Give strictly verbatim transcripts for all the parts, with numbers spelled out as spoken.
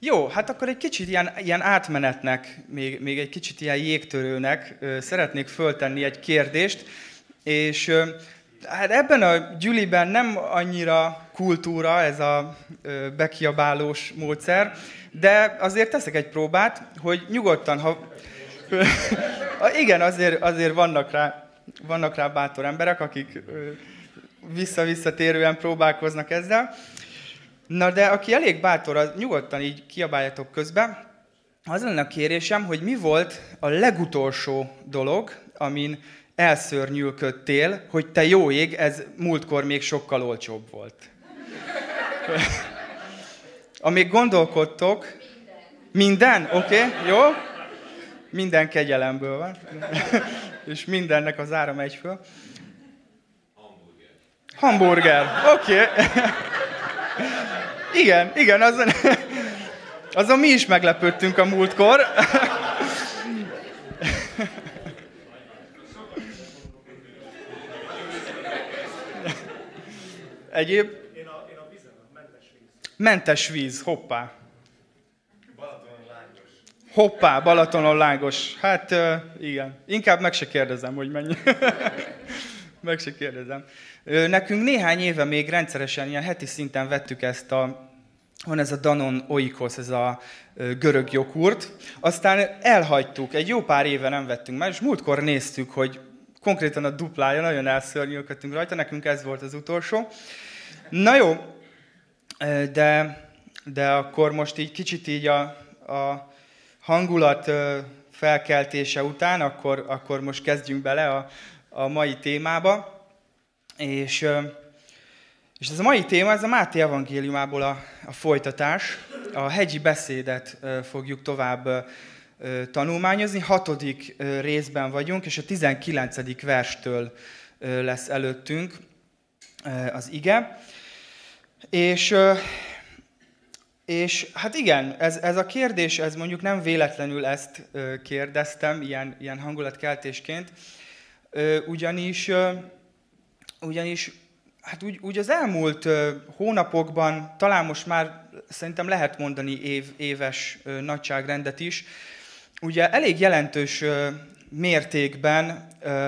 Jó, hát akkor egy kicsit ilyen, ilyen átmenetnek, még, még egy kicsit ilyen jégtörőnek ö, szeretnék föltenni egy kérdést, és ö, hát ebben a gyüliben nem annyira kultúra ez a ö, bekiabálós módszer, de azért teszek egy próbát, hogy nyugodtan, ha... Igen, azért, azért vannak, rá, vannak rá bátor emberek, akik ö, vissza-visszatérően próbálkoznak ezzel. Na de aki elég bátor, az nyugodtan így kiabáljatok közben. Az lenne a kérésem, hogy mi volt a legutolsó dolog, amin elszörnyűködtél, hogy te jó ég, ez múltkor még sokkal olcsóbb volt. Amíg gondolkodtok... Minden. Minden? Oké, okay, jó. Minden kegyelemből van. És mindennek az ára megy föl. Hamburger. Hamburger. Oké. Okay. Igen, igen, azon, azon mi is meglepődtünk a múltkor. Egyéb? Én a, én a vízen, a mentes víz. Mentes víz, hoppá. Balatonon lángos. Hoppá, Balatonon lángos. Hát uh, igen, inkább meg se kérdezem, hogy mennyi. Meg se kérdezem. Nekünk néhány éve még rendszeresen, ilyen heti szinten vettük ezt a, van ez a Danon Oikos, ez a görög joghurt. Aztán elhagytuk, egy jó pár éve nem vettünk már, és múltkor néztük, hogy konkrétan a duplája, nagyon elszörnyűködtünk rajta, nekünk ez volt az utolsó. Na jó, de, de akkor most így kicsit így a, a hangulat felkeltése után, akkor, akkor most kezdjünk bele a, a mai témába. És, és ez a mai téma, ez a Máté evangéliumából a, a folytatás. A hegyi beszédet fogjuk tovább tanulmányozni. Hatodik részben vagyunk, és a tizenkilencedik verstől lesz előttünk az ige. És, és hát igen, ez, ez a kérdés, ez mondjuk nem véletlenül ezt kérdeztem, ilyen, ilyen hangulatkeltésként, ugyanis... Ugyanis hát úgy, úgy az elmúlt hónapokban, talán most már szerintem lehet mondani év, éves nagyságrendet is, ugye elég jelentős mértékben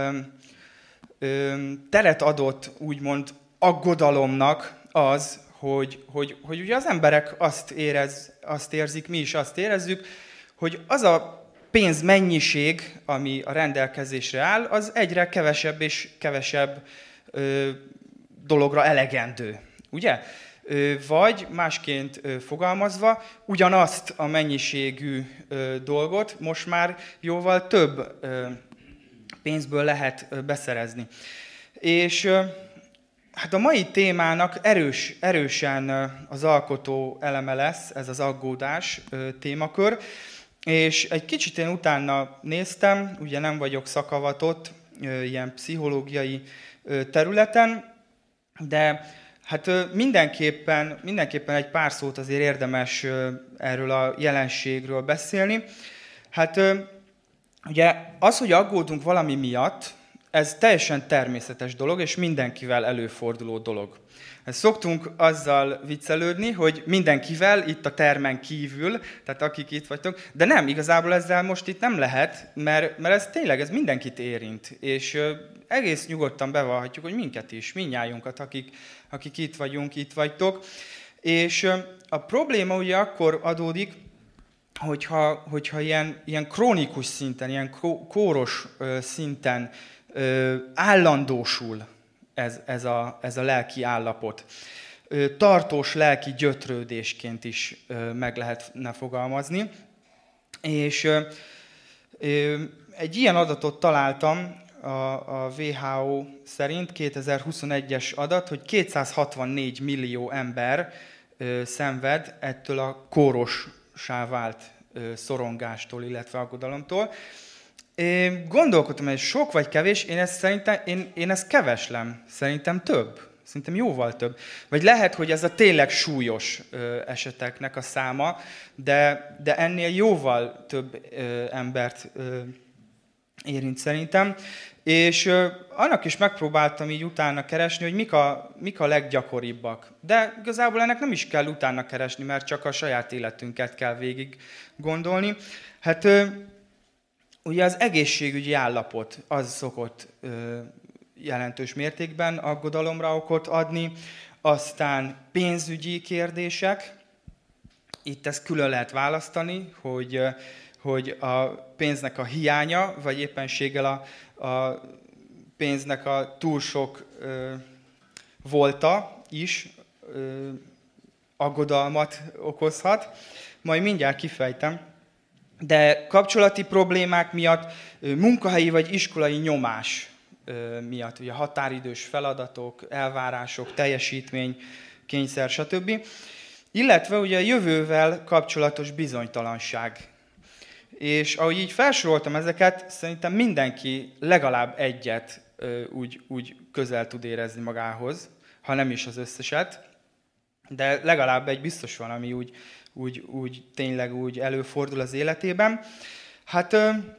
teret adott úgymond aggodalomnak az, hogy, hogy, hogy ugye az emberek azt, érez, azt érzik, mi is azt érezzük, hogy az a pénzmennyiség, ami a rendelkezésre áll, az egyre kevesebb és kevesebb Ö, dologra elegendő, ugye? Ö, vagy másként ö, fogalmazva, ugyanazt a mennyiségű ö, dolgot most már jóval több ö, pénzből lehet ö, beszerezni. És ö, hát a mai témának erős, erősen ö, az alkotó eleme lesz, ez az aggódás ö, témakör, és egy kicsit én utána néztem, ugye nem vagyok szakavatott ö, ilyen pszichológiai területen, de hát mindenképpen, mindenképpen egy pár szót azért érdemes erről a jelenségről beszélni. Hát ugye az, hogy aggódunk valami miatt, ez teljesen természetes dolog, és mindenkivel előforduló dolog. Szoktunk azzal viccelődni, hogy mindenkivel itt a termen kívül, tehát akik itt vagytok, de nem, igazából ezzel most itt nem lehet, mert, mert ez tényleg, ez mindenkit érint, és egész nyugodtan bevallhatjuk, hogy minket is, mindnyájunkat, akik, akik itt vagyunk, itt vagytok. És a probléma ugye akkor adódik, hogyha, hogyha ilyen, ilyen krónikus szinten, ilyen kóros szinten állandósul ez, ez, a, ez a lelki állapot. Tartós lelki gyötrődésként is meg lehetne fogalmazni. És egy ilyen adatot találtam, a vé há ó szerint kétezer-huszonegyes adat, hogy kétszázhatvannégy millió ember szenved ettől a kórossá vált szorongástól, illetve aggodalomtól. Én gondolkodtam, hogy sok vagy kevés, én ezt szerintem, én, én ezt keveslem, szerintem több, szerintem jóval több. Vagy lehet, hogy ez a tényleg súlyos ö, eseteknek a száma, de, de ennél jóval több ö, embert ö, érint szerintem. És ö, annak is megpróbáltam így utána keresni, hogy mik a, mik a leggyakoribbak. De igazából ennek nem is kell utána keresni, mert csak a saját életünket kell végig gondolni. Hát ö, ugye az egészségügyi állapot az szokott ö, jelentős mértékben aggodalomra okot adni, aztán pénzügyi kérdések, itt ezt külön lehet választani, hogy, hogy a pénznek a hiánya, vagy éppenséggel a, a pénznek a túl sok ö, volta is ö, aggodalmat okozhat. Majd mindjárt kifejtem. De kapcsolati problémák miatt, munkahelyi vagy iskolai nyomás miatt, ugye határidős feladatok, elvárások, teljesítmény, kényszer, stb. Illetve ugye a jövővel kapcsolatos bizonytalanság. És ahogy így felsoroltam ezeket, szerintem mindenki legalább egyet úgy, úgy közel tud érezni magához, ha nem is az összeset, de legalább egy biztos van, ami úgy, úgy, úgy tényleg úgy előfordul az életében. Hát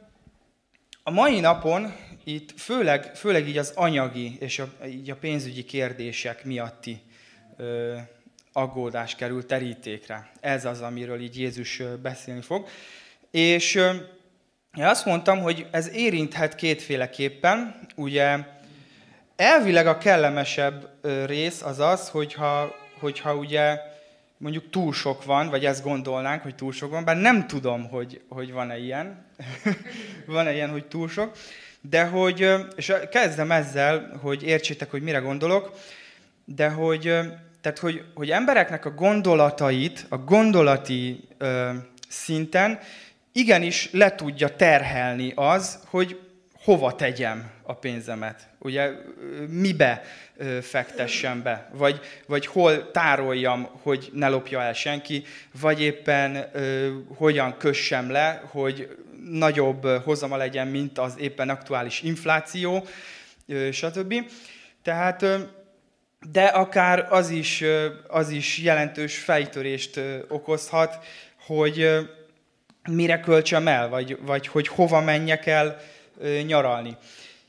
a mai napon itt főleg, főleg így az anyagi és a, így a pénzügyi kérdések miatti ö, aggódás kerül terítékre. Ez az, amiről így Jézus beszélni fog. És ö, én azt mondtam, hogy ez érinthet kétféleképpen. Ugye elvileg a kellemesebb rész az az, hogyha, hogyha ugye mondjuk túl sok van, vagy ezt gondolnánk, hogy túl sok van, bár nem tudom, hogy, hogy van-e ilyen, van-e ilyen, hogy túl sok, de hogy, és kezdem ezzel, hogy értsétek, hogy mire gondolok, de hogy, tehát, hogy, hogy embereknek a gondolatait, a gondolati ö, szinten igenis le tudja terhelni az, hogy hova tegyem a pénzemet, ugye mibe ö, fektessem be, vagy, vagy hol tároljam, hogy ne lopja el senki, vagy éppen ö, hogyan kössem le, hogy nagyobb hozama legyen, mint az éppen aktuális infláció, ö, stb. Tehát, ö, de akár az is, ö, az is jelentős fejtörést ö, okozhat, hogy ö, mire költsem el, vagy, vagy hogy hova menjek el ö, nyaralni.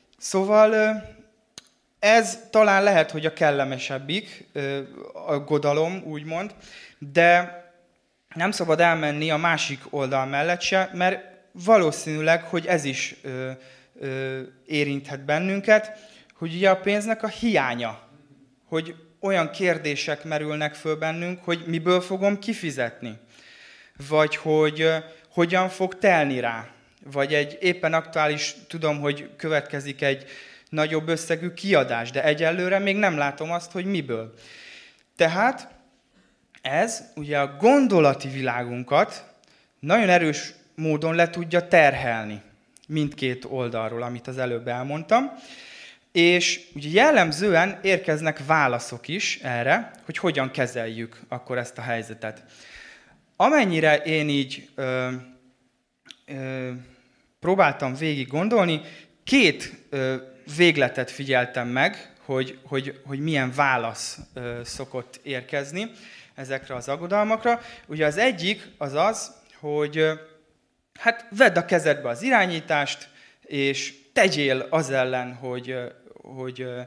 Szóval ez talán lehet, hogy a kellemesebbik aggodalom, úgymond, de nem szabad elmenni a másik oldal mellett se, mert valószínűleg, hogy ez is ö, ö, érinthet bennünket, hogy ugye a pénznek a hiánya, hogy olyan kérdések merülnek föl bennünk, hogy miből fogom kifizetni, vagy hogy ö, hogyan fog telni rá. Vagy egy éppen aktuális, tudom, hogy következik egy nagyobb összegű kiadás, de egyelőre még nem látom azt, hogy miből. Tehát ez ugye a gondolati világunkat nagyon erős módon le tudja terhelni mindkét oldalról, amit az előbb elmondtam. És ugye jellemzően érkeznek válaszok is erre, hogy hogyan kezeljük akkor ezt a helyzetet. Amennyire én így ö, ö, próbáltam végig gondolni, két ö, végletet figyeltem meg, hogy, hogy, hogy milyen válasz ö, szokott érkezni ezekre az aggodalmakra. Ugye az egyik az az, hogy ö, hát vedd a kezedbe az irányítást, és tegyél az ellen, hogy, ö, hogy ö,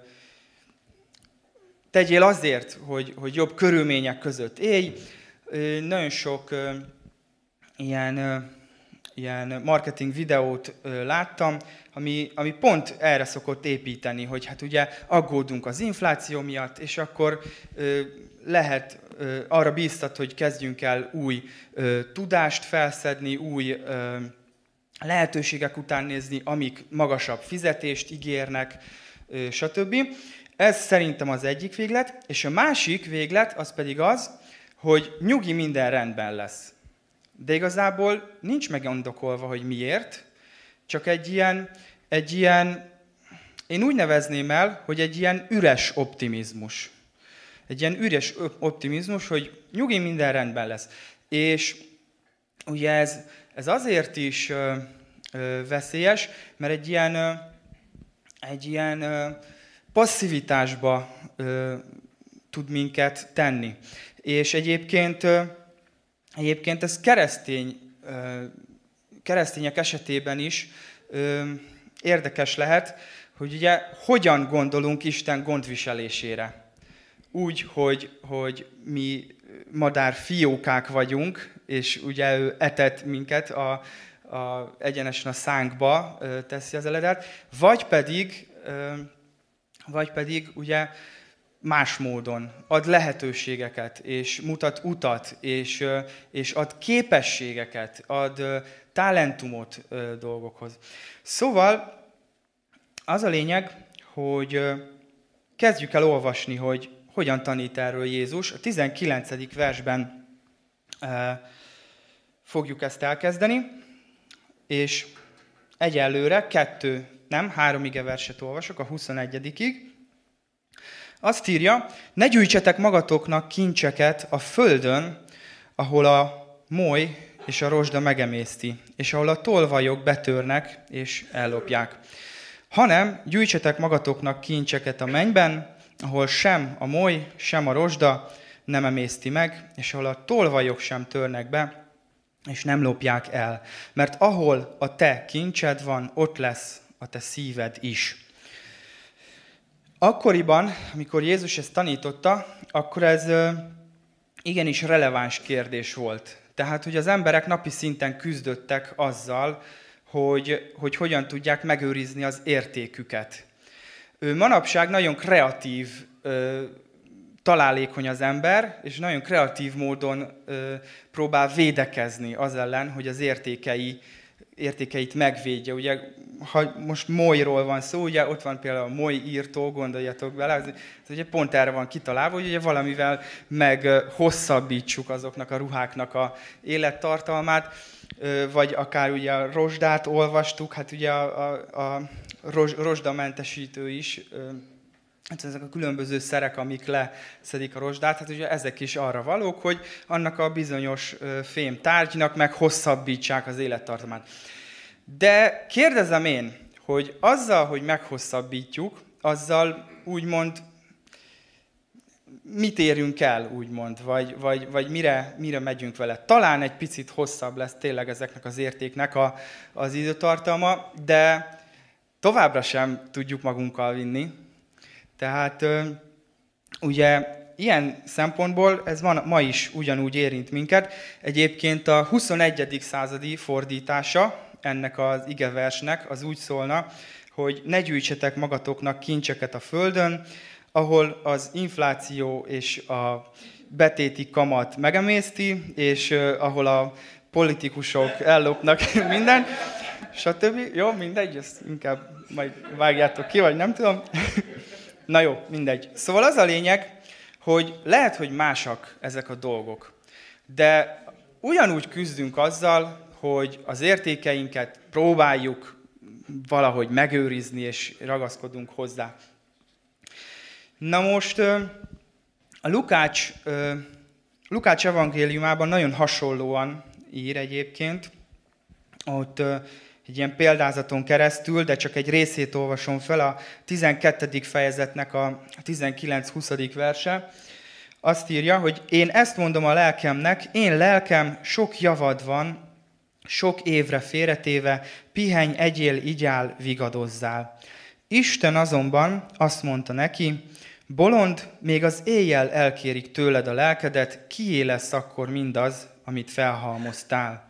tegyél azért, hogy, hogy jobb körülmények között élj. Ö, nagyon sok ö, ilyen... Ö, ilyen marketing videót ö, láttam, ami, ami pont erre szokott építeni, hogy hát ugye aggódunk az infláció miatt, és akkor ö, lehet ö, arra bíztat, hogy kezdjünk el új ö, tudást felszedni, új ö, lehetőségek után nézni, amik magasabb fizetést ígérnek, ö, stb. Ez szerintem az egyik véglet, és a másik véglet az pedig az, hogy nyugi, minden rendben lesz. De igazából nincs megindokolva, hogy miért, csak egy ilyen, egy ilyen, én úgy nevezném el, hogy egy ilyen üres optimizmus. Egy ilyen üres optimizmus, hogy nyugi, minden rendben lesz. És ugye ez, ez azért is ö, ö, veszélyes, mert egy ilyen, ö, egy ilyen ö, passzivitásba ö, tud minket tenni. És egyébként... Ö, Egyébként ez keresztény, keresztények esetében is érdekes lehet, hogy ugye hogyan gondolunk Isten gondviselésére. Úgy, hogy, hogy mi madár fiókák vagyunk, és ugye ő etet minket, a, a, egyenesen a szánkba teszi az eledet, vagy pedig, vagy pedig ugye más módon ad lehetőségeket, és mutat utat, és, és ad képességeket, ad talentumot dolgokhoz. Szóval az a lényeg, hogy kezdjük el olvasni, hogy hogyan tanít erről Jézus. A tizenkilencedik versben fogjuk ezt elkezdeni, és egyelőre kettő, nem, három igeverset olvasok, a huszonegyedikig. Azt írja, ne gyűjtsetek magatoknak kincseket a földön, ahol a moly és a rozsda megemészti, és ahol a tolvajok betörnek és ellopják. Hanem gyűjtsetek magatoknak kincseket a mennyben, ahol sem a moly, sem a rozsda nem emészti meg, és ahol a tolvajok sem törnek be, és nem lopják el. Mert ahol a te kincsed van, ott lesz a te szíved is. Akkoriban, amikor Jézus ezt tanította, akkor ez igenis releváns kérdés volt. Tehát, hogy az emberek napi szinten küzdöttek azzal, hogy, hogy hogyan tudják megőrizni az értéküket. Manapság nagyon kreatív, találékony az ember, és nagyon kreatív módon próbál védekezni az ellen, hogy az értékei, értékeit megvédje. Ugye, ha most molyról van szó, ugye ott van például a moly írtó, gondoljatok bele, ez, ez ugye pont erre van kitalálva, hogy ugye valamivel meghosszabbítsuk azoknak a ruháknak a élettartalmát, vagy akár ugye a rozsdát olvastuk, hát ugye a, a, a rozsdamentesítő is, hát ezek a különböző szerek, amik leszedik a rozsdát, hát ugye ezek is arra valók, hogy annak a bizonyos fém tárgynak meg hosszabbítsák az élettartamát. De kérdezem én, hogy azzal, hogy meghosszabbítjuk, azzal úgymond mit érünk el, úgymond, vagy, vagy, vagy mire, mire megyünk vele. Talán egy picit hosszabb lesz tényleg ezeknek az értéknek a, az időtartalma, de továbbra sem tudjuk magunkkal vinni. Tehát ugye ilyen szempontból ez ma, ma is ugyanúgy érint minket. Egyébként a huszonegyedik századi fordítása ennek az igeversnek az úgy szólna, hogy ne gyűjtsetek magatoknak kincseket a földön, ahol az infláció és a betéti kamat megemészti, és uh, ahol a politikusok ellopnak mindent, stb. Jó, mindegy, ezt inkább majd vágjátok ki, vagy nem tudom. Na jó, mindegy. Szóval az a lényeg, hogy lehet, hogy másak ezek a dolgok, de ugyanúgy küzdünk azzal, hogy az értékeinket próbáljuk valahogy megőrizni, és ragaszkodunk hozzá. Na most a Lukács, Lukács evangéliumában nagyon hasonlóan ír egyébként, ott egy ilyen példázaton keresztül, de csak egy részét olvasom fel, a tizenkettedik fejezetnek a tizenkilenc-huszadik verse. Azt írja, hogy én ezt mondom a lelkemnek, én lelkem, sok javad van, sok évre félretéve, pihenj, egyél, igyál, vigadozzál. Isten azonban azt mondta neki, bolond, még az éjjel elkérik tőled a lelkedet, kié lesz akkor mindaz, amit felhalmoztál.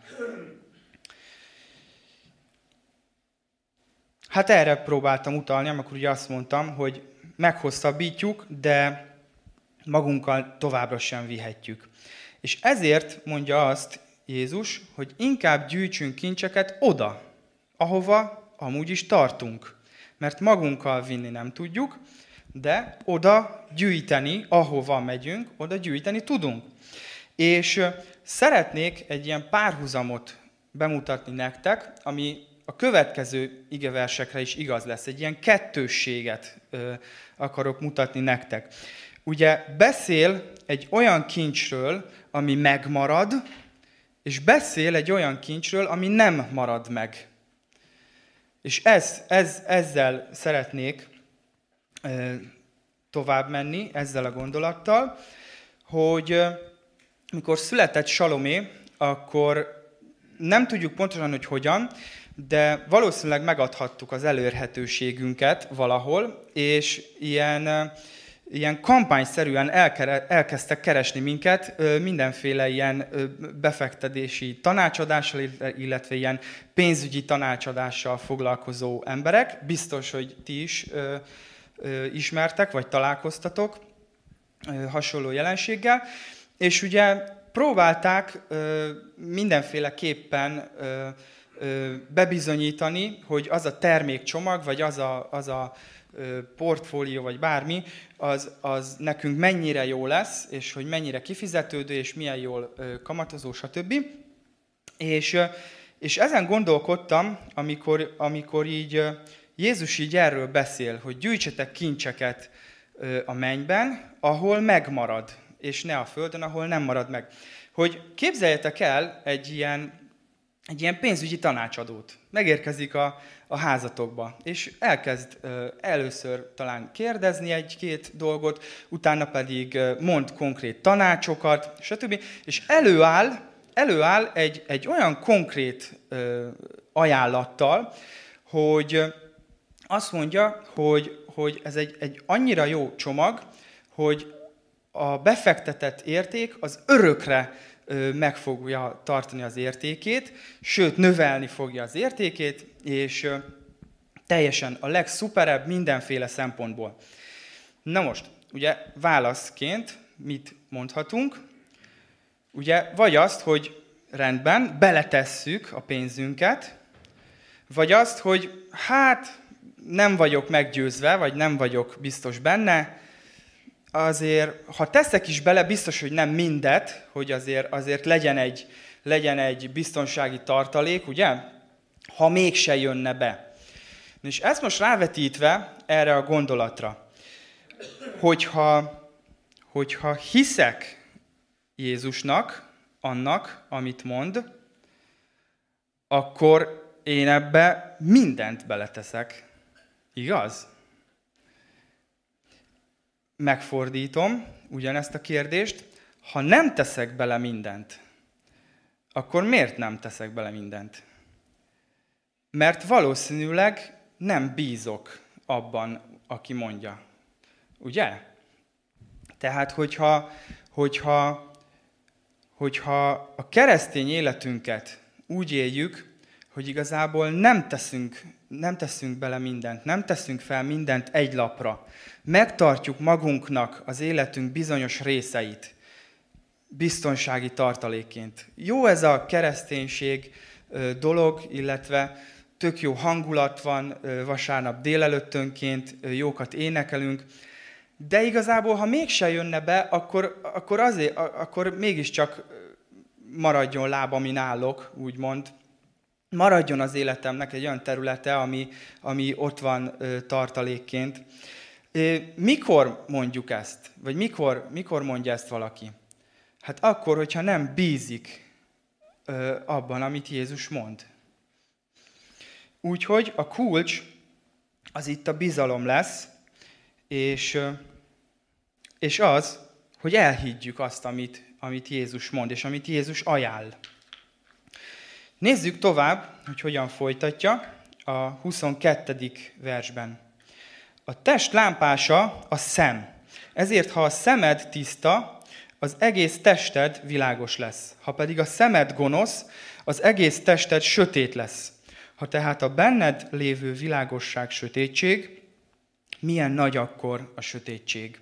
Hát erre próbáltam utalni, amikor ugye azt mondtam, hogy meghosszabbítjuk, de magunkkal továbbra sem vihetjük. És ezért mondja azt Jézus, hogy inkább gyűjtsünk kincseket oda, ahova amúgy is tartunk. Mert magunkkal vinni nem tudjuk, de oda gyűjteni, ahova megyünk, oda gyűjteni tudunk. És szeretnék egy ilyen párhuzamot bemutatni nektek, ami a következő igeversekre is igaz lesz. Egy ilyen kettősséget ö, akarok mutatni nektek. Ugye beszél egy olyan kincsről, ami megmarad, és beszél egy olyan kincsről, ami nem marad meg. És ez, ez, ezzel szeretnék ö, tovább menni, ezzel a gondolattal, hogy ö, mikor született Salomé, akkor nem tudjuk pontosan, hogy hogyan, de valószínűleg megadhattuk az elérhetőségünket valahol, és ilyen, ilyen kampányszerűen elkere, elkezdtek keresni minket mindenféle ilyen befektetési tanácsadással, illetve ilyen pénzügyi tanácsadással foglalkozó emberek. Biztos, hogy ti is ö, ö, ismertek, vagy találkoztatok ö, hasonló jelenséggel. És ugye próbálták ö, mindenféleképpen ö, ö, bebizonyítani, hogy az a termékcsomag, vagy az a, az a ö, portfólió, vagy bármi, az, az nekünk mennyire jó lesz, és hogy mennyire kifizetődő, és milyen jól ö, kamatozó, stb. És, ö, és ezen gondolkodtam, amikor, amikor így ö, Jézus így erről beszél, hogy gyűjtsetek kincseket ö, a mennyben, ahol megmarad, és ne a földön, ahol nem marad meg. Hogy képzeljetek el egy ilyen, egy ilyen pénzügyi tanácsadót. Megérkezik a, a házatokba, és elkezd ö, először talán kérdezni egy-két dolgot, utána pedig ö, mond konkrét tanácsokat, stb. És előáll, előáll egy, egy olyan konkrét ö, ajánlattal, hogy ö, azt mondja, hogy, hogy ez egy, egy annyira jó csomag, hogy a befektetett érték az örökre ö, meg fogja tartani az értékét, sőt, növelni fogja az értékét, és ö, teljesen a legszuperebb mindenféle szempontból. Na most, ugye válaszként mit mondhatunk? Ugye vagy azt, hogy rendben, beletesszük a pénzünket, vagy azt, hogy hát nem vagyok meggyőzve, vagy nem vagyok biztos benne, azért, ha teszek is bele, biztos, hogy nem mindet, hogy azért, azért legyen, egy, legyen egy biztonsági tartalék, ugye? Ha mégse jönne be. És ezt most rávetítve erre a gondolatra, hogyha, hogyha hiszek Jézusnak, annak, amit mond, akkor én ebbe mindent beleteszek. Igaz? Megfordítom ugyanezt a kérdést. Ha nem teszek bele mindent, akkor miért nem teszek bele mindent? Mert valószínűleg nem bízok abban, aki mondja. Ugye? Tehát, hogyha, hogyha, hogyha a keresztény életünket úgy éljük, hogy igazából nem teszünk, nem teszünk bele mindent, nem teszünk fel mindent egy lapra. Megtartjuk magunknak az életünk bizonyos részeit biztonsági tartalékként. Jó ez a kereszténység dolog, illetve tök jó hangulat van vasárnap délelőttönként, jókat énekelünk, de igazából, ha mégse jönne be, akkor, akkor, azért, akkor mégiscsak maradjon láb, amin állok, úgymond. Maradjon az életemnek egy olyan területe, ami, ami ott van tartalékként. Mikor mondjuk ezt? Vagy mikor, mikor mondja ezt valaki? Hát akkor, hogyha nem bízik abban, amit Jézus mond. Úgyhogy a kulcs az itt a bizalom lesz, és, és az, hogy elhiggyük azt, amit, amit Jézus mond, és amit Jézus ajánl. Nézzük tovább, hogy hogyan folytatja a huszonkettedik versben. A test lámpása a szem. Ezért, ha a szemed tiszta, az egész tested világos lesz. Ha pedig a szemed gonosz, az egész tested sötét lesz. Ha tehát a benned lévő világosság sötétség, milyen nagy akkor a sötétség.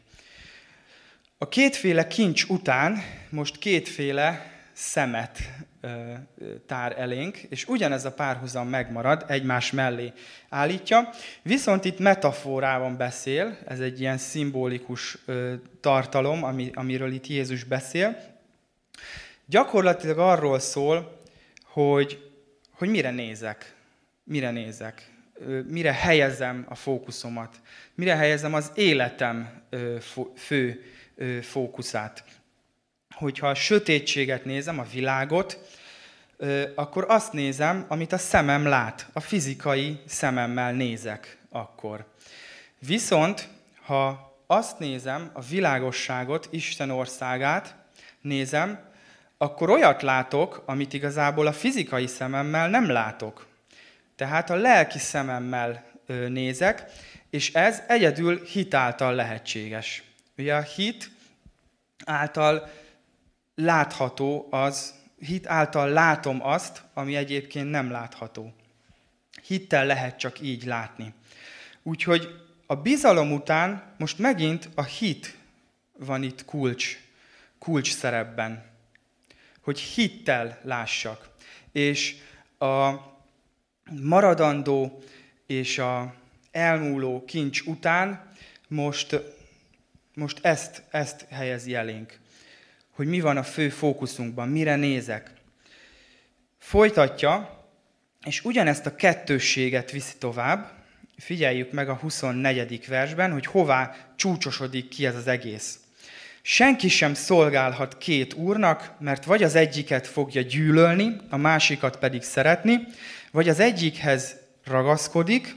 A kétféle kincs után most kétféle szemet ö, tár elénk, és ugyanez a párhuzam megmarad, egymás mellé állítja, viszont itt metaforában beszél, ez egy ilyen szimbolikus ö, tartalom, ami, amiről itt Jézus beszél. Gyakorlatilag arról szól, hogy, hogy mire nézek, mire nézek, ö, mire helyezem a fókuszomat, mire helyezem az életem ö, fő ö, fókuszát. Hogyha a sötétséget nézem, a világot, akkor azt nézem, amit a szemem lát. A fizikai szememmel nézek akkor. Viszont, ha azt nézem, a világosságot, Isten országát nézem, akkor olyat látok, amit igazából a fizikai szememmel nem látok. Tehát a lelki szememmel nézek, és ez egyedül hit által lehetséges. Ugye a hit által látható az, hit által látom azt, ami egyébként nem látható. Hittel lehet csak így látni. Úgyhogy a bizalom után most megint a hit van itt kulcs, kulcs szerepben. Hogy hittel lássak. És a maradandó és a elmúló kincs után most, most ezt, ezt helyezi elénk. Hogy mi van a fő fókuszunkban, mire nézek. Folytatja, és ugyanezt a kettősséget viszi tovább. Figyeljük meg a huszonnegyedik versben, hogy hová csúcsosodik ki ez az egész. Senki sem szolgálhat két úrnak, mert vagy az egyiket fogja gyűlölni, a másikat pedig szeretni, vagy az egyikhez ragaszkodik,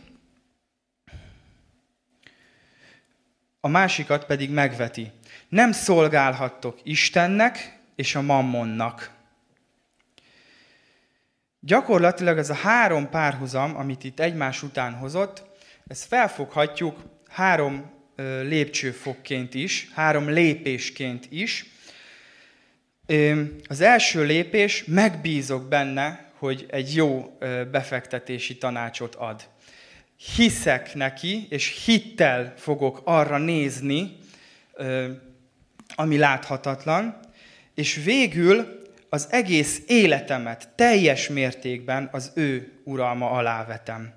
a másikat pedig megveti. Nem szolgálhattok Istennek és a mammonnak. Gyakorlatilag ez a három párhuzam, amit itt egymás után hozott, ezt felfoghatjuk három lépcsőfokként is, három lépésként is. Az első lépés, megbízok benne, hogy egy jó befektetési tanácsot ad. Hiszek neki, és hittel fogok arra nézni, ami láthatatlan, és végül az egész életemet teljes mértékben az ő uralma alá vetem.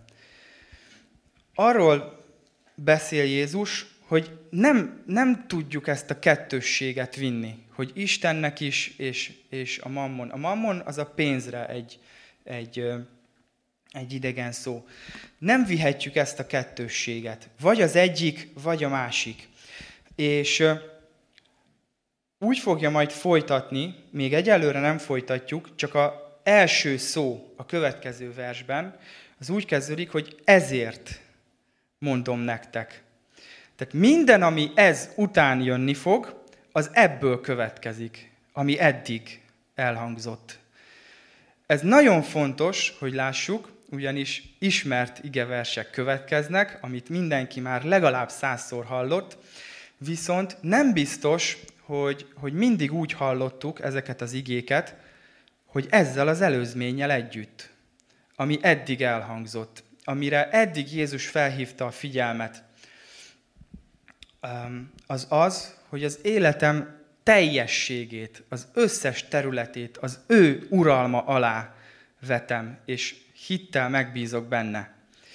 Arról beszél Jézus, hogy nem, nem tudjuk ezt a kettősséget vinni, hogy Istennek is, és, és a mammon. A mammon az a pénzre egy, egy, egy idegen szó. Nem vihetjük ezt a kettősséget. Vagy az egyik, vagy a másik. És úgy fogja majd folytatni, még egyelőre nem folytatjuk, csak az első szó a következő versben, az úgy kezdődik, hogy ezért mondom nektek. Tehát minden, ami ez után jönni fog, az ebből következik, ami eddig elhangzott. Ez nagyon fontos, hogy lássuk, ugyanis ismert igeversek következnek, amit mindenki már legalább százszor hallott, viszont nem biztos, hogy, hogy mindig úgy hallottuk ezeket az igéket, hogy ezzel az előzménnyel együtt, ami eddig elhangzott, amire eddig Jézus felhívta a figyelmet, az az, hogy az életem teljességét, az összes területét az ő uralma alá vetem, és hittel megbízok benne.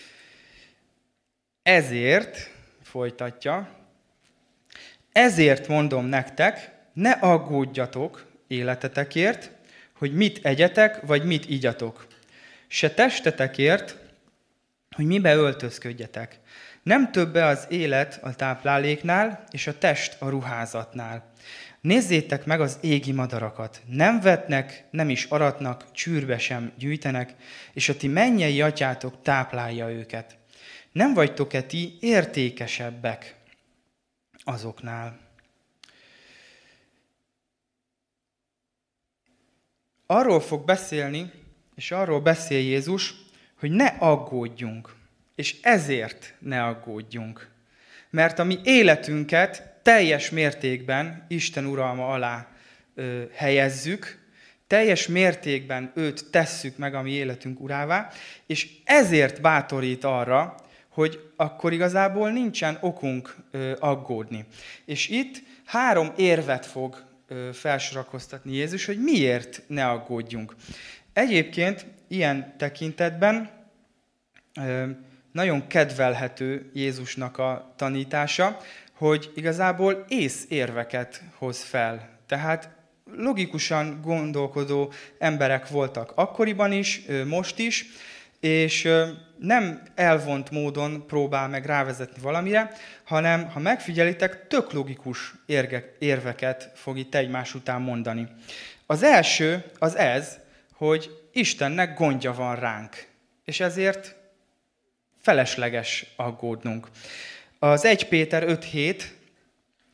Ezért, folytatja, ezért mondom nektek, ne aggódjatok életetekért, hogy mit egyetek, vagy mit igyatok. Se testetekért, hogy mibe öltözködjetek. Nem többe az élet a tápláléknál, és a test a ruházatnál. Nézzétek meg az égi madarakat. Nem vetnek, nem is aratnak, csűrbe sem gyűjtenek, és a ti mennyei atyátok táplálja őket. Nem vagytok-e ti értékesebbek azoknál? Arról fog beszélni, és arról beszél Jézus, hogy ne aggódjunk. És ezért ne aggódjunk. Mert a mi életünket teljes mértékben Isten uralma alá ö, helyezzük, teljes mértékben őt tesszük meg a mi életünk urává, és ezért bátorít arra, hogy akkor igazából nincsen okunk ö, aggódni. És itt három érvet fog ö, felsorakoztatni Jézus, hogy miért ne aggódjunk. Egyébként ilyen tekintetben ö, nagyon kedvelhető Jézusnak a tanítása, hogy igazából észérveket hoz fel. Tehát logikusan gondolkodó emberek voltak akkoriban is, most is, és nem elvont módon próbál meg rávezetni valamire, hanem, ha megfigyelitek, tök logikus érveket fog itt egymás után mondani. Az első az ez, hogy Istennek gondja van ránk, és ezért felesleges aggódnunk. Az Első Péter öt hét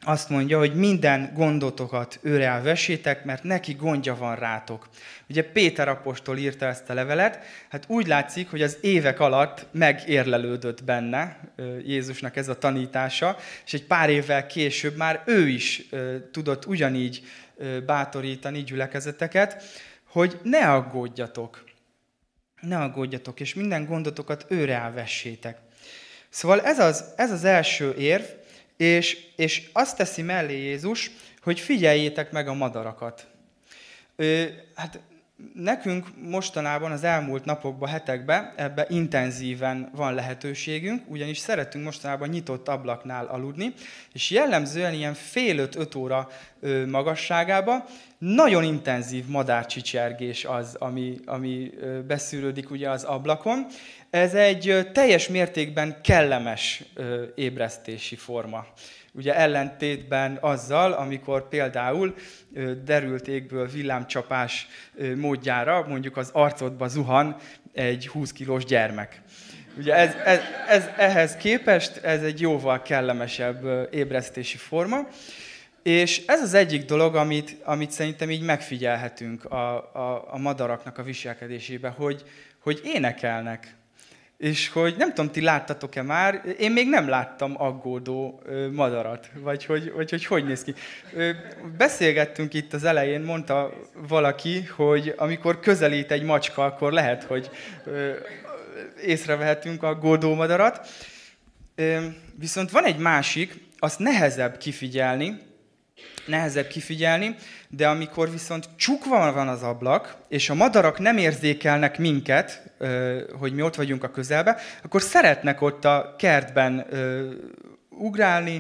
azt mondja, hogy minden gondotokat őre elvessétek, mert neki gondja van rátok. Ugye Péter apostol írta ezt a levelet, hát úgy látszik, hogy az évek alatt megérlelődött benne Jézusnak ez a tanítása, és egy pár évvel később már ő is tudott ugyanígy bátorítani gyülekezeteket, hogy ne aggódjatok, ne aggódjatok, és minden gondotokat őre elvessétek. Szóval ez az, ez az első érv, És, és azt teszi mellé Jézus, hogy figyeljétek meg a madarakat. Ö, hát nekünk mostanában az elmúlt napokban, hetekben ebbe intenzíven van lehetőségünk, ugyanis szeretünk mostanában nyitott ablaknál aludni, és jellemzően ilyen fél öt-öt óra ö, magasságában nagyon intenzív madárcsicsergés az, ami, ami ö, beszűrődik ugye az ablakon. Ez egy ö, teljes mértékben kellemes ö, ébresztési forma. Ugye ellentétben azzal, amikor például ö, derült égből villámcsapás ö, módjára mondjuk az arcodba zuhan egy húsz kilós gyermek. Ugye ez, ez, ez, ehhez képest ez egy jóval kellemesebb ö, ébresztési forma. És ez az egyik dolog, amit, amit szerintem így megfigyelhetünk a, a, a madaraknak a viselkedésében, hogy, hogy énekelnek. És hogy nem tudom, ti láttatok-e már, én még nem láttam aggódó ö, madarat, vagy hogy hogy, hogy hogy néz ki. Ö, beszélgettünk itt az elején, mondta valaki, hogy amikor közelít egy macska, akkor lehet, hogy ö, észrevehetünk aggódó madarat. Ö, viszont van egy másik, azt nehezebb kifigyelni, nehezebb kifigyelni, de amikor viszont csukva van az ablak, és a madarak nem érzékelnek minket, hogy mi ott vagyunk a közelben, akkor szeretnek ott a kertben ugrálni,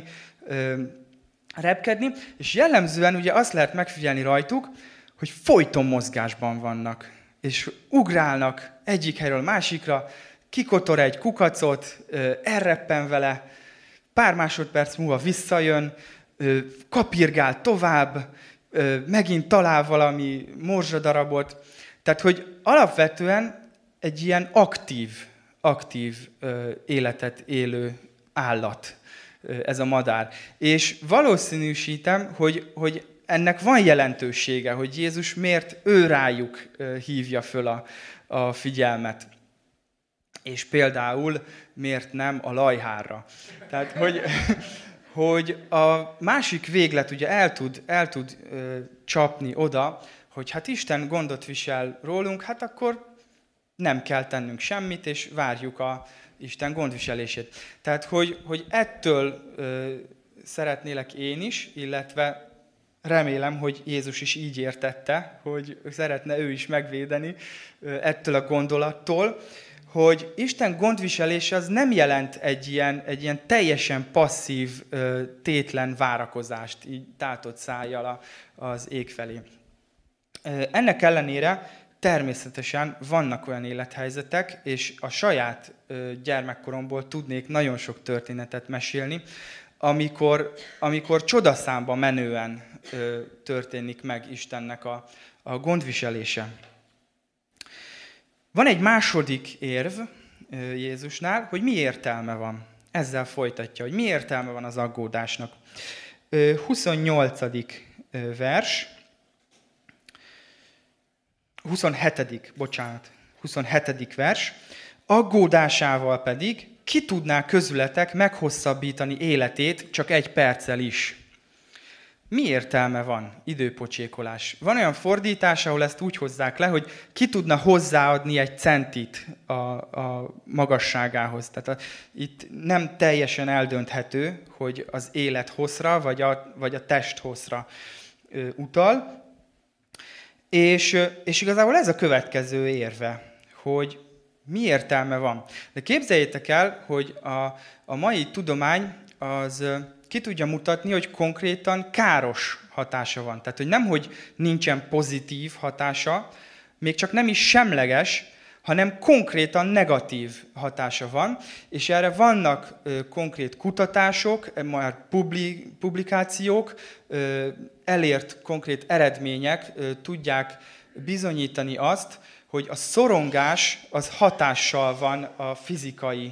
repkedni, és jellemzően ugye azt lehet megfigyelni rajtuk, hogy folyton mozgásban vannak, és ugrálnak egyik helyről másikra, kikotor egy kukacot, elreppen vele, pár másodperc múlva visszajön, kapirgál tovább, megint talál valami morzsadarabot. Tehát, hogy alapvetően egy ilyen aktív, aktív életet élő állat ez a madár. És valószínűsítem, hogy, hogy ennek van jelentősége, hogy Jézus miért ő rájuk hívja föl a, a figyelmet. És például miért nem a lajhárra. Tehát, hogy... hogy a másik véglet ugye el tud, el tud ö, csapni oda, hogy hát Isten gondot visel rólunk, hát akkor nem kell tennünk semmit, és várjuk a Isten gondviselését. Tehát, hogy, hogy ettől ö, szeretnélek én is, illetve remélem, hogy Jézus is így értette, hogy szeretne ő is megvédeni ö, ettől a gondolattól, hogy Isten gondviselése az nem jelent egy ilyen, egy ilyen teljesen passzív, tétlen várakozást, így tátott szájjal az ég felé. Ennek ellenére természetesen vannak olyan élethelyzetek, és a saját gyermekkoromból tudnék nagyon sok történetet mesélni, amikor, amikor csodaszámba menően történik meg Istennek a, a gondviselése. Van egy második érv Jézusnál, hogy mi értelme van. Ezzel folytatja, hogy mi értelme van az aggódásnak. huszonnyolcadik vers, huszonhetedik, bocsánat, huszonhetedik vers. Aggódásával pedig ki tudná közületek meghosszabbítani életét csak egy perccel is. Mi értelme van? Időpocsékolás. Van olyan fordítás, ahol ezt úgy hozzák le, hogy ki tudna hozzáadni egy centit a, a magasságához. Tehát a, itt nem teljesen eldönthető, hogy az élet hosszra, vagy a, vagy a test hosszra ö, utal. És, és igazából ez a következő érve, hogy mi értelme van. De képzeljétek el, hogy a, a mai tudomány az... ki tudja mutatni, hogy konkrétan káros hatása van. Tehát, hogy nem, hogy nincsen pozitív hatása, még csak nem is semleges, hanem konkrétan negatív hatása van, és erre vannak ö, konkrét kutatások, már publi, publikációk, ö, elért konkrét eredmények ö, tudják bizonyítani azt, hogy a szorongás az hatással van a fizikai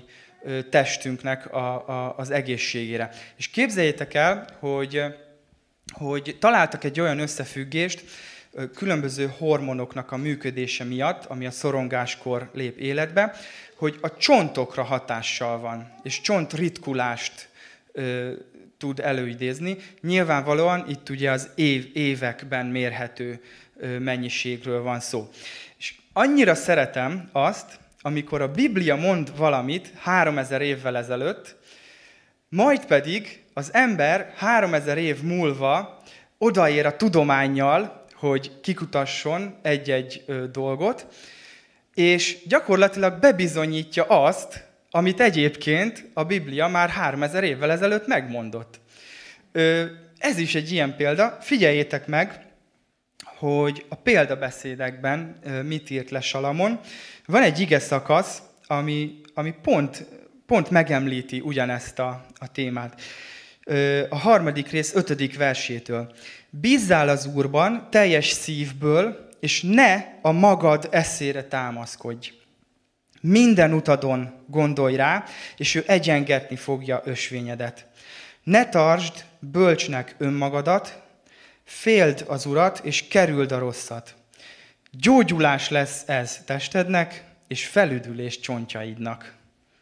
testünknek a, a, az egészségére. És képzeljétek el, hogy, hogy találtak egy olyan összefüggést különböző hormonoknak a működése miatt, ami a szorongáskor lép életbe, hogy a csontokra hatással van, és csontritkulást ö, tud előidézni. Nyilvánvalóan itt ugye az év, években mérhető ö, mennyiségről van szó. És annyira szeretem azt, amikor a Biblia mond valamit háromezer évvel ezelőtt, majd pedig az ember háromezer év múlva odaér a tudománnyal, hogy kikutasson egy-egy ö, dolgot, és gyakorlatilag bebizonyítja azt, amit egyébként a Biblia már háromezer évvel ezelőtt megmondott. Ö, ez is egy ilyen példa. Figyeljétek meg, hogy a példabeszédekben ö, mit írt le Salamon. Van egy ige szakasz, ami, ami pont, pont megemlíti ugyanezt a, a témát. Ö, a harmadik rész ötödik versétől. Bízzál az Úrban teljes szívből, és ne a magad eszére támaszkodj. Minden utadon gondolj rá, és ő egyengetni fogja ösvényedet. Ne tartsd bölcsnek önmagadat, féld az Urat, és kerüld a rosszat. Gyógyulás lesz ez testednek, és felüdülés csontjaidnak.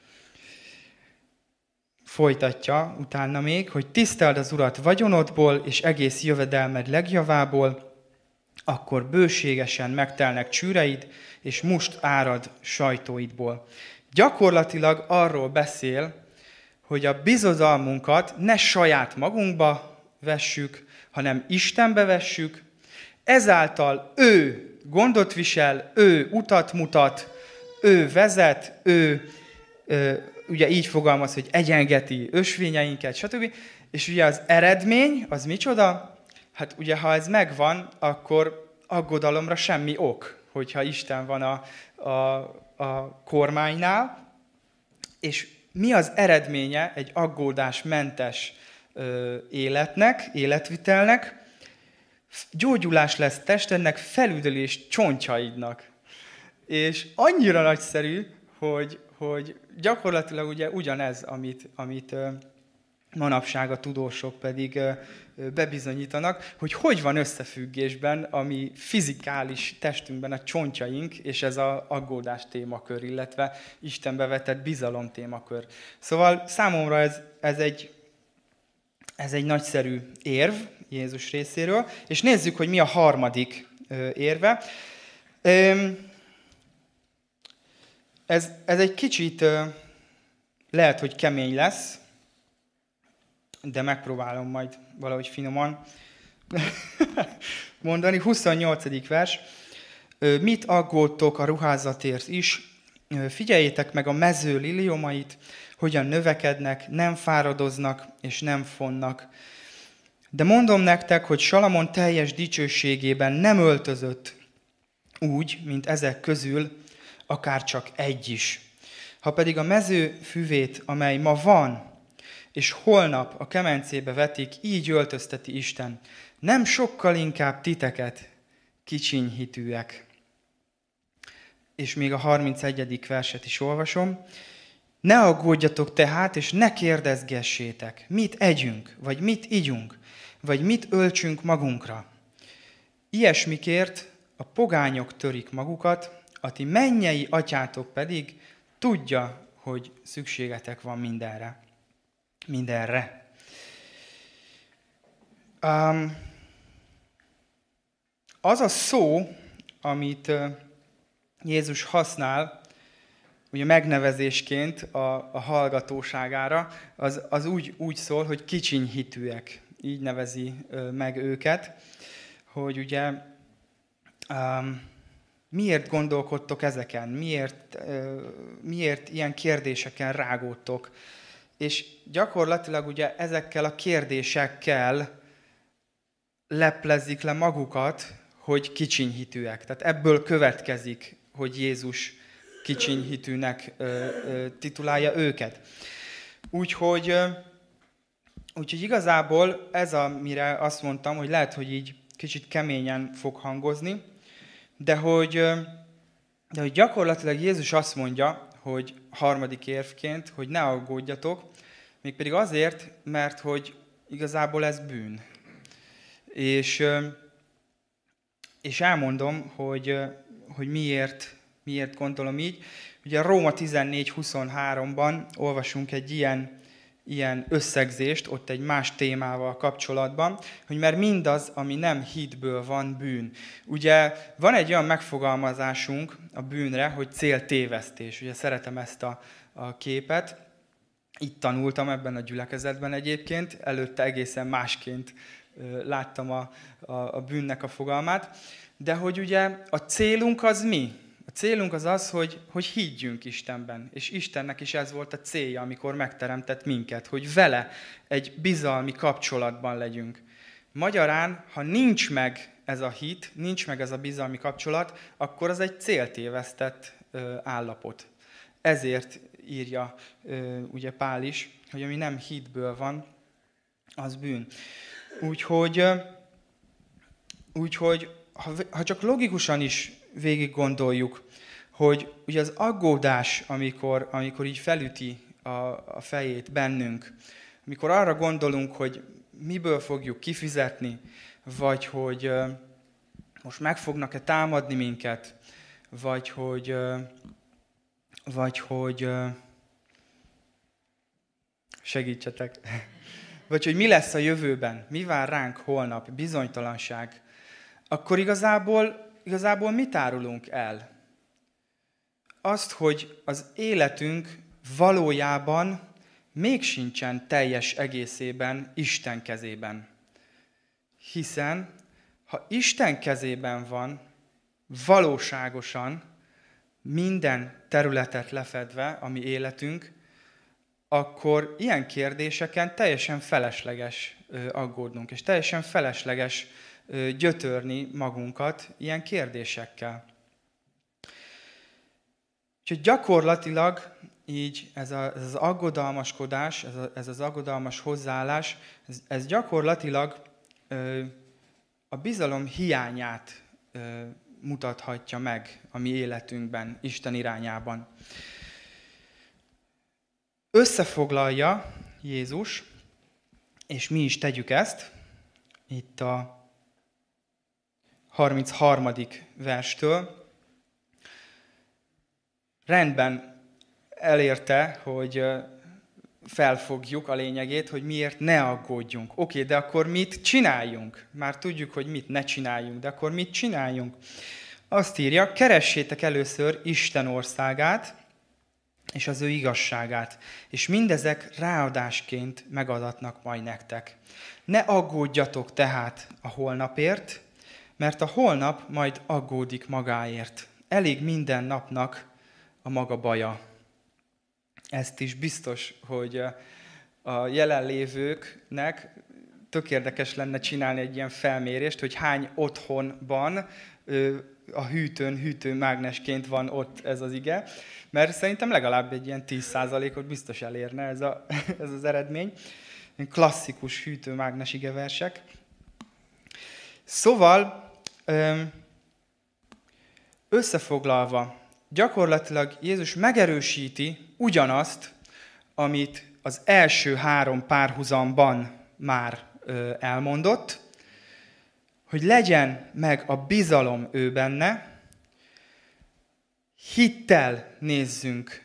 Folytatja utána még, hogy tiszteld az Urat vagyonodból, és egész jövedelmed legjavából, akkor bőségesen megtelnek csűreid, és must árad sajtóidból. Gyakorlatilag arról beszél, hogy a bizodalmunkat ne saját magunkba vessük, hanem Istenbe vessük. Ezáltal ő gondot visel, ő utat mutat, ő vezet, ő, ő ugye így fogalmaz, hogy egyengeti ösvényeinket, stb. És ugye az eredmény, az micsoda? Hát ugye, ha ez megvan, akkor aggodalomra semmi ok, hogyha Isten van a, a, a kormánynál. És mi az eredménye egy aggódásmentes ö, életnek, életvitelnek? Gyógyulás lesz testednek, felüdülés csontjaidnak. És annyira nagyszerű, hogy, hogy gyakorlatilag ugye ugyanez, amit, amit ö, manapság a tudósok pedig ö, bebizonyítanak, hogy hogy van összefüggésben a mi fizikális testünkben a csontjaink, és ez az aggódás témakör, illetve Istenbe vetett bizalom témakör. Szóval számomra ez, ez, egy, ez egy nagyszerű érv Jézus részéről, és nézzük, hogy mi a harmadik érve. Ez, ez egy kicsit lehet, hogy kemény lesz, de megpróbálom majd valahogy finoman mondani. huszonnyolcadik vers. Mit aggódtok a ruházatért is? Figyeljétek meg a mező liliomait, hogyan növekednek, nem fáradoznak és nem fonnak. De mondom nektek, hogy Salamon teljes dicsőségében nem öltözött úgy, mint ezek közül, akár csak egy is. Ha pedig a mező füvét, amely ma van, és holnap a kemencébe vetik, így öltözteti Isten. Nem sokkal inkább titeket, kicsiny hitűek. És még a harmincegyedik verset is olvasom. Ne aggódjatok tehát, és ne kérdezgessétek, mit együnk, vagy mit igyunk, vagy mit öltsünk magunkra. Ilyesmikért a pogányok törik magukat, a ti mennyei atyátok pedig tudja, hogy szükségetek van mindenre. Mindenre. Um, az a szó, amit uh, Jézus használ, ugye megnevezésként a, a hallgatóságára, az, az úgy, úgy szól, hogy kicsiny hitűek. Így nevezi uh, meg őket, hogy ugye um, miért gondolkodtok ezeken, miért, uh, miért ilyen kérdéseken rágódtok. És gyakorlatilag ugye ezekkel a kérdésekkel leplezik le magukat, hogy kicsinyhitűek. Tehát ebből következik, hogy Jézus kicsinyhitűnek ö, ö, titulálja őket. Úgyhogy, ö, úgyhogy igazából ez, amire azt mondtam, hogy lehet, hogy így kicsit keményen fog hangozni, de hogy, ö, de hogy gyakorlatilag Jézus azt mondja, hogy harmadik érvként, hogy ne aggódjatok, mégpedig azért, mert hogy igazából ez bűn. És, és elmondom, hogy, hogy miért, miért gondolom így. Ugye a Róma tizennégy huszonháromban olvasunk egy ilyen, ilyen összegzést, ott egy más témával kapcsolatban, hogy mert mindaz, ami nem hitből van, bűn. Ugye van egy olyan megfogalmazásunk a bűnre, hogy céltévesztés. Ugye szeretem ezt a, a képet. Itt tanultam ebben a gyülekezetben egyébként, előtte egészen másként láttam a, a, a bűnnek a fogalmát. De hogy ugye a célunk az mi? A célunk az az, hogy, hogy higgyünk Istenben. És Istennek is ez volt a célja, amikor megteremtett minket, hogy vele egy bizalmi kapcsolatban legyünk. Magyarán, ha nincs meg ez a hit, nincs meg ez a bizalmi kapcsolat, akkor az egy céltévesztett ö, állapot. Ezért írja ö, ugye Pál is, hogy ami nem hitből van, az bűn. Úgyhogy, ö, úgyhogy ha, ha csak logikusan is végig gondoljuk, hogy ugye az aggódás, amikor, amikor így felüti a, a fejét bennünk, amikor arra gondolunk, hogy miből fogjuk kifizetni, vagy hogy ö, most meg fognak-e támadni minket, vagy hogy, ö, vagy hogy ö, segítsetek, vagy hogy mi lesz a jövőben, mi vár ránk holnap, bizonytalanság, akkor igazából Igazából mit árulunk el? Azt, hogy az életünk valójában még sincsen teljes egészében Isten kezében. Hiszen, ha Isten kezében van, valóságosan minden területet lefedve, ami életünk, akkor ilyen kérdéseken teljesen felesleges aggódnunk, és teljesen felesleges gyötörni magunkat ilyen kérdésekkel. Úgyhogy gyakorlatilag így ez, a, ez az aggodalmaskodás, ez, a, ez az aggodalmas hozzáállás, ez, ez gyakorlatilag ö, a bizalom hiányát ö, mutathatja meg a mi életünkben, Isten irányában. Összefoglalja Jézus, és mi is tegyük ezt, itt a harmincharmadik verstől. Rendben elérte, hogy felfogjuk a lényegét, hogy miért ne aggódjunk. Oké, de akkor mit csináljunk? Már tudjuk, hogy mit ne csináljunk, de akkor mit csináljunk? Azt írja, keressétek először Isten országát és az ő igazságát, és mindezek ráadásként megadatnak majd nektek. Ne aggódjatok tehát a holnapért, mert a holnap majd aggódik magáért. Elég minden napnak a maga baja. Ezt is biztos, hogy a jelenlévőknek tök érdekes lenne csinálni egy ilyen felmérést, hogy hány otthonban a hűtőn hűtőmágnesként van ott ez az ige, mert szerintem legalább egy ilyen tíz százalékot biztos elérne ez, a, ez az eredmény. Klasszikus hűtőmágnes igeversek. Szóval, összefoglalva, gyakorlatilag Jézus megerősíti ugyanazt, amit az első három párhuzamban már elmondott, hogy legyen meg a bizalom ő benne, hittel nézzünk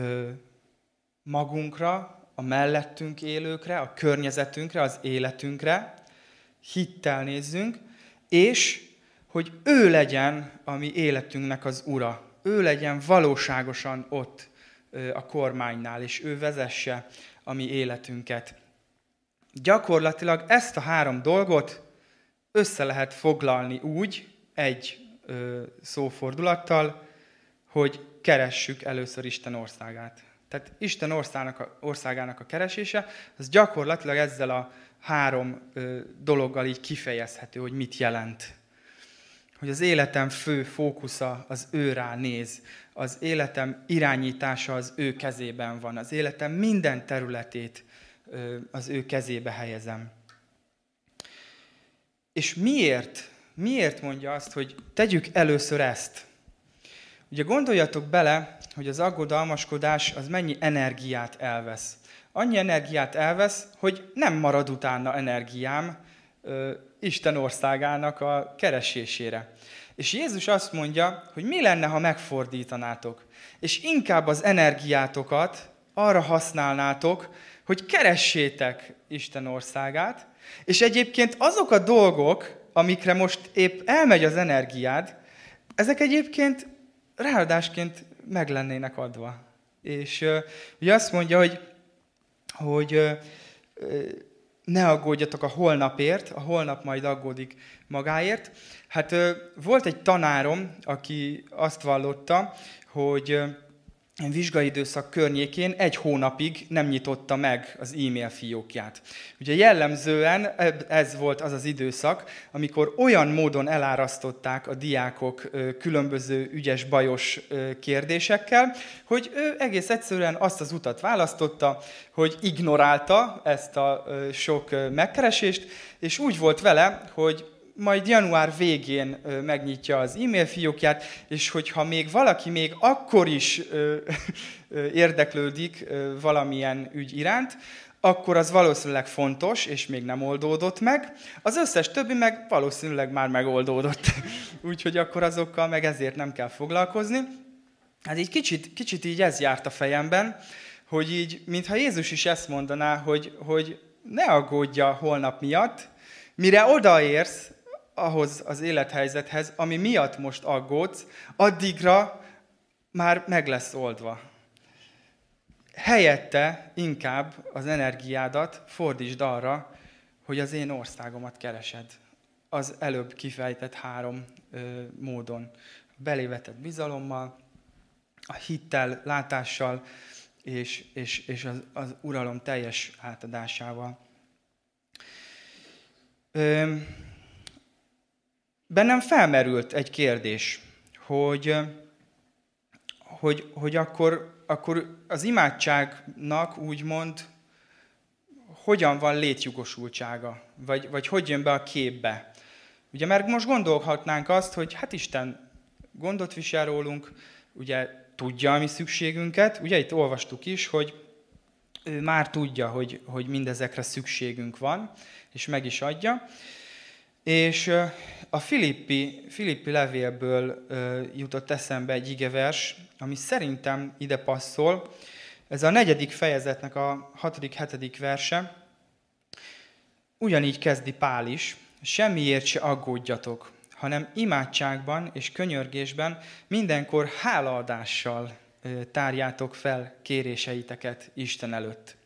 magunkra, a mellettünk élőkre, a környezetünkre, az életünkre, hittel nézzünk, és hogy ő legyen a mi életünknek az ura. Ő legyen valóságosan ott a kormánynál, és ő vezesse a mi életünket. Gyakorlatilag ezt a három dolgot össze lehet foglalni úgy, egy ö, szófordulattal, hogy keressük először Isten országát. Tehát Isten országának a, országának a keresése, az gyakorlatilag ezzel a három ö, dologgal így kifejezhető, hogy mit jelent. Hogy az életem fő fókusza az ő rá néz, az életem irányítása az ő kezében van, az életem minden területét ö, az ő kezébe helyezem. És miért? Miért mondja azt, hogy tegyük először ezt? Ugye gondoljatok bele, hogy az aggodalmaskodás az mennyi energiát elvesz. Annyi energiát elvesz, hogy nem marad utána energiám ö, Isten országának a keresésére. És Jézus azt mondja, hogy mi lenne, ha megfordítanátok, és inkább az energiátokat arra használnátok, hogy keressétek Isten országát, és egyébként azok a dolgok, amikre most épp elmegy az energiád, ezek egyébként ráadásként meg lennének adva. És uh, ugye azt mondja, hogy, hogy uh, ne aggódjatok a holnapért, a holnap majd aggódik magáért. Hát uh, volt egy tanárom, aki azt vallotta, hogy uh, vizsgaidőszak környékén egy hónapig nem nyitotta meg az e-mail fiókját. Ugye jellemzően ez volt az az időszak, amikor olyan módon elárasztották a diákok különböző ügyes-bajos kérdésekkel, hogy ő egész egyszerűen azt az utat választotta, hogy ignorálta ezt a sok megkeresést, és úgy volt vele, hogy majd január végén megnyitja az e-mail fiókját, és hogyha még valaki még akkor is érdeklődik valamilyen ügy iránt, akkor az valószínűleg fontos, és még nem oldódott meg. Az összes többi meg valószínűleg már megoldódott. Úgyhogy akkor azokkal meg ezért nem kell foglalkozni. Hát így kicsit, kicsit így ez járt a fejemben, hogy így, mintha Jézus is ezt mondaná, hogy, hogy ne aggódj a holnap miatt, mire odaérsz ahhoz az élethelyzethez, ami miatt most aggódsz, addigra már meg lesz oldva. Helyette inkább az energiádat fordítsd arra, hogy az én országomat keresed. Az előbb kifejtett három ö, módon. Belévetett bizalommal, a hittel, látással, és, és, és az, az uralom teljes átadásával. Ö, bennem felmerült egy kérdés, hogy, hogy, hogy akkor, akkor az imádságnak úgymond hogyan van létjogosultsága, vagy, vagy hogy jön be a képbe. Ugye mert most gondolhatnánk azt, hogy hát Isten gondot visel rólunk, ugye tudja a mi szükségünket, ugye itt olvastuk is, hogy ő már tudja, hogy, hogy mindezekre szükségünk van, és meg is adja. És a Filippi, Filippi levélből jutott eszembe egy igevers, ami szerintem ide passzol. Ez a negyedik fejezetnek a hatodik, hetedik verse. Ugyanígy kezdi Pál is. Semmiért se aggódjatok, hanem imádságban és könyörgésben mindenkor hálaadással tárjátok fel kéréseiteket Isten előtt.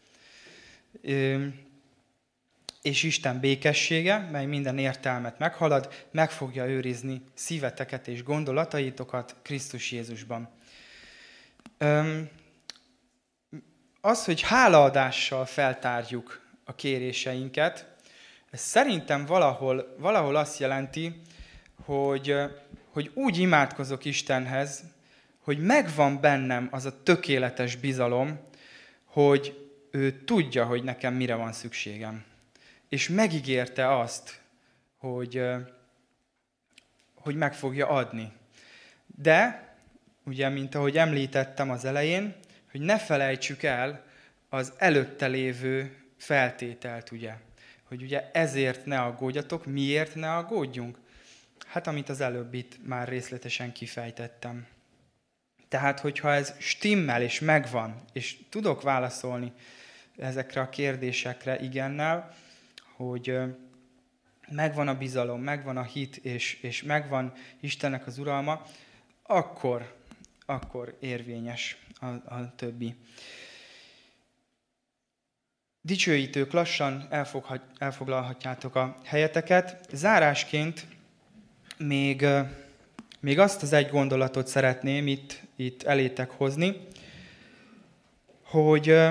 És Isten békessége, mely minden értelmet meghalad, meg fogja őrizni szíveteket és gondolataitokat Krisztus Jézusban. Az, hogy hálaadással feltárjuk a kéréseinket, ez szerintem valahol, valahol azt jelenti, hogy, hogy úgy imádkozok Istenhez, hogy megvan bennem az a tökéletes bizalom, hogy ő tudja, hogy nekem mire van szükségem. És megígérte azt, hogy, hogy meg fogja adni. De, ugye, mint ahogy említettem az elején, hogy ne felejtsük el az előtte lévő feltételt, ugye. Hogy ugye ezért ne aggódjatok, miért ne aggódjunk? Hát, amit az előbb itt már részletesen kifejtettem. Tehát, hogyha ez stimmel és megvan, és tudok válaszolni ezekre a kérdésekre igennel, hogy megvan a bizalom, megvan a hit, és, és megvan Istennek az uralma, akkor, akkor érvényes a, a többi. Dicsőítők, lassan elfoghat, elfoglalhatjátok a helyeteket. Zárásként még, még azt az egy gondolatot szeretném itt, itt elétek hozni, hogy...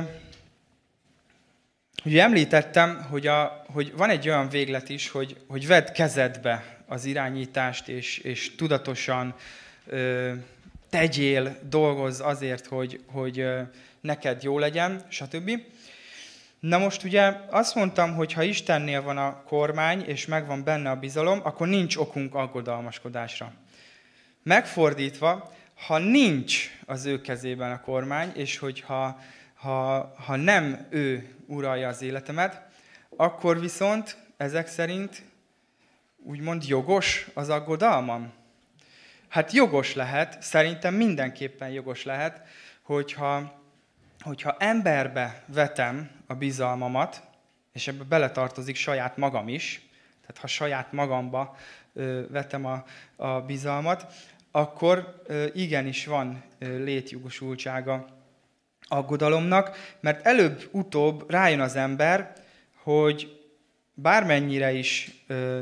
Ugye említettem, hogy, a, hogy van egy olyan véglet is, hogy, hogy vedd kezedbe az irányítást, és, és tudatosan ö, tegyél, dolgozz azért, hogy, hogy ö, neked jó legyen, stb. Na most ugye azt mondtam, hogy ha Istennél van a kormány, és megvan benne a bizalom, akkor nincs okunk aggodalmaskodásra. Megfordítva, ha nincs az ő kezében a kormány, és hogyha ha, ha nem ő uralja az életemet, akkor viszont ezek szerint úgymond jogos az aggodalmam. Hát jogos lehet, szerintem mindenképpen jogos lehet, hogyha, hogyha emberbe vetem a bizalmamat, és ebbe beletartozik saját magam is, tehát ha saját magamba ö, vetem a, a bizalmat, akkor ö, igenis van ö, létjogosultsága aggodalomnak, mert előbb-utóbb rájön az ember, hogy bármennyire is ö,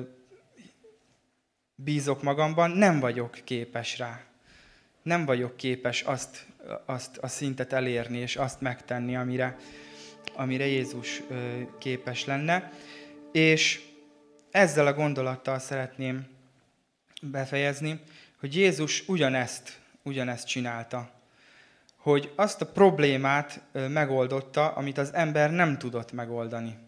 bízok magamban, nem vagyok képes rá. Nem vagyok képes azt, azt a szintet elérni, és azt megtenni, amire, amire Jézus ö, képes lenne. És ezzel a gondolattal szeretném befejezni, hogy Jézus ugyanezt, ugyanezt csinálta. Hogy azt a problémát ö, megoldotta, amit az ember nem tudott megoldani.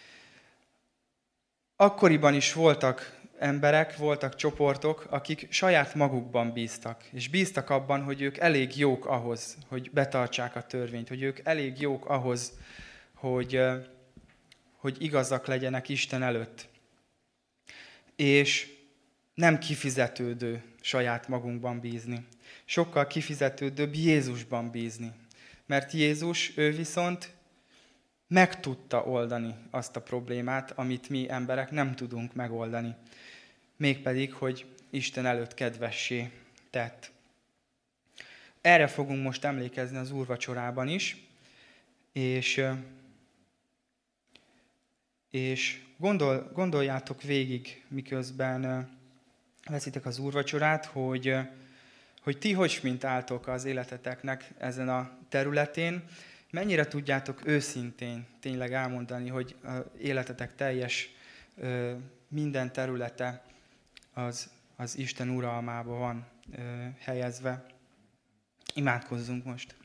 Akkoriban is voltak emberek, voltak csoportok, akik saját magukban bíztak. És bíztak abban, hogy ők elég jók ahhoz, hogy betartsák a törvényt. Hogy ők elég jók ahhoz, hogy, hogy igazak legyenek Isten előtt. És nem kifizetődő saját magunkban bízni. Sokkal kifizetődőbb Jézusban bízni. Mert Jézus, ő viszont meg tudta oldani azt a problémát, amit mi emberek nem tudunk megoldani. Mégpedig, hogy Isten előtt kedvessé tett. Erre fogunk most emlékezni az úrvacsorában is, és, és gondol, gondoljátok végig, miközben veszitek az úrvacsorát, hogy, hogy ti hogy mintáltok az életeteknek ezen a területén, mennyire tudjátok őszintén tényleg elmondani, hogy az életetek teljes minden területe az, az Isten uralmába van helyezve. Imádkozzunk most!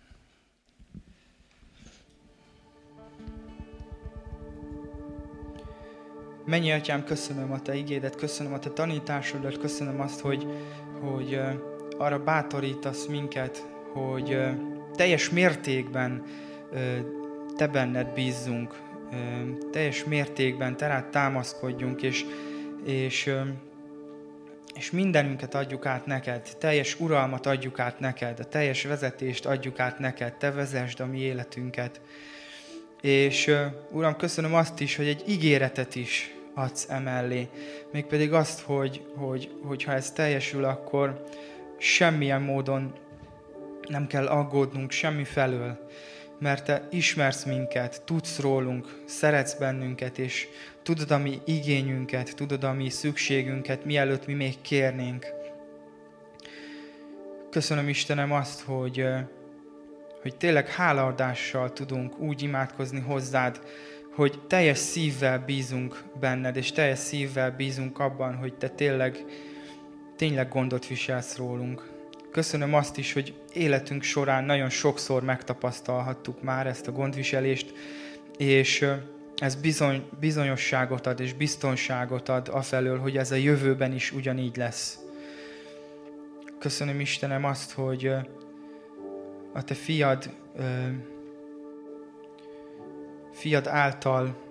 Mennyi Atyám, köszönöm a Te igédet, köszönöm a Te tanításodat, köszönöm azt, hogy, hogy arra bátorítasz minket, hogy teljes mértékben Te benned bízzunk, teljes mértékben Te rád támaszkodjunk, és, és, és mindenünket adjuk át neked, teljes uralmat adjuk át neked, a teljes vezetést adjuk át neked, Te vezesd a mi életünket. És Uram, köszönöm azt is, hogy egy ígéretet is adsz emellé, mégpedig azt, hogy, hogy, hogy ha ez teljesül, akkor semmilyen módon nem kell aggódnunk semmi felől, mert Te ismersz minket, tudsz rólunk, szeretsz bennünket, és tudod a mi igényünket, tudod a mi szükségünket, mielőtt mi még kérnénk. Köszönöm Istenem azt, hogy, hogy tényleg hálaadással tudunk úgy imádkozni hozzád, hogy teljes szívvel bízunk benned, és teljes szívvel bízunk abban, hogy Te tényleg, tényleg gondot viselsz rólunk. Köszönöm azt is, hogy életünk során nagyon sokszor megtapasztalhattuk már ezt a gondviselést, és ez bizony, bizonyosságot ad és biztonságot ad afelől, hogy ez a jövőben is ugyanígy lesz. Köszönöm Istenem azt, hogy a Te fiad, fiad által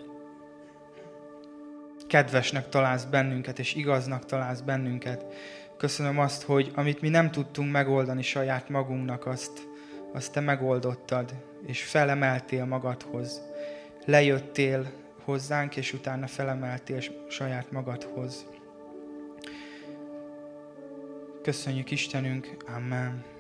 kedvesnek találsz bennünket, és igaznak találsz bennünket. Köszönöm azt, hogy amit mi nem tudtunk megoldani saját magunknak, azt, azt Te megoldottad, és felemeltél magadhoz. Lejöttél hozzánk, és utána felemeltél saját magadhoz. Köszönjük Istenünk, amen.